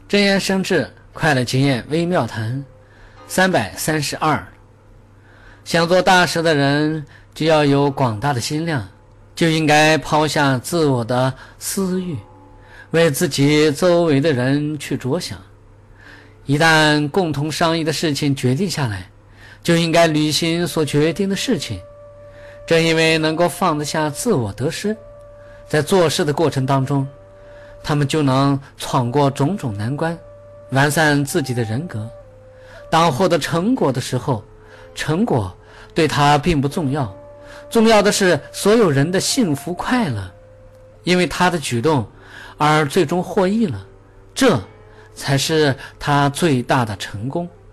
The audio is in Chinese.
真言生智，快乐经验微妙谈332。想做大事的人，就要有广大的心量，就应该抛下自我的私欲，为自己周围的人去着想。一旦共同商议的事情决定下来，就应该履行所决定的事情。正因为能够放得下自我得失，在做事的过程当中，他们就能闯过种种难关，完善自己的人格。当获得成果的时候，成果对他并不重要，重要的是所有人的幸福快乐，因为他的举动而最终获益了，这才是他最大的成功。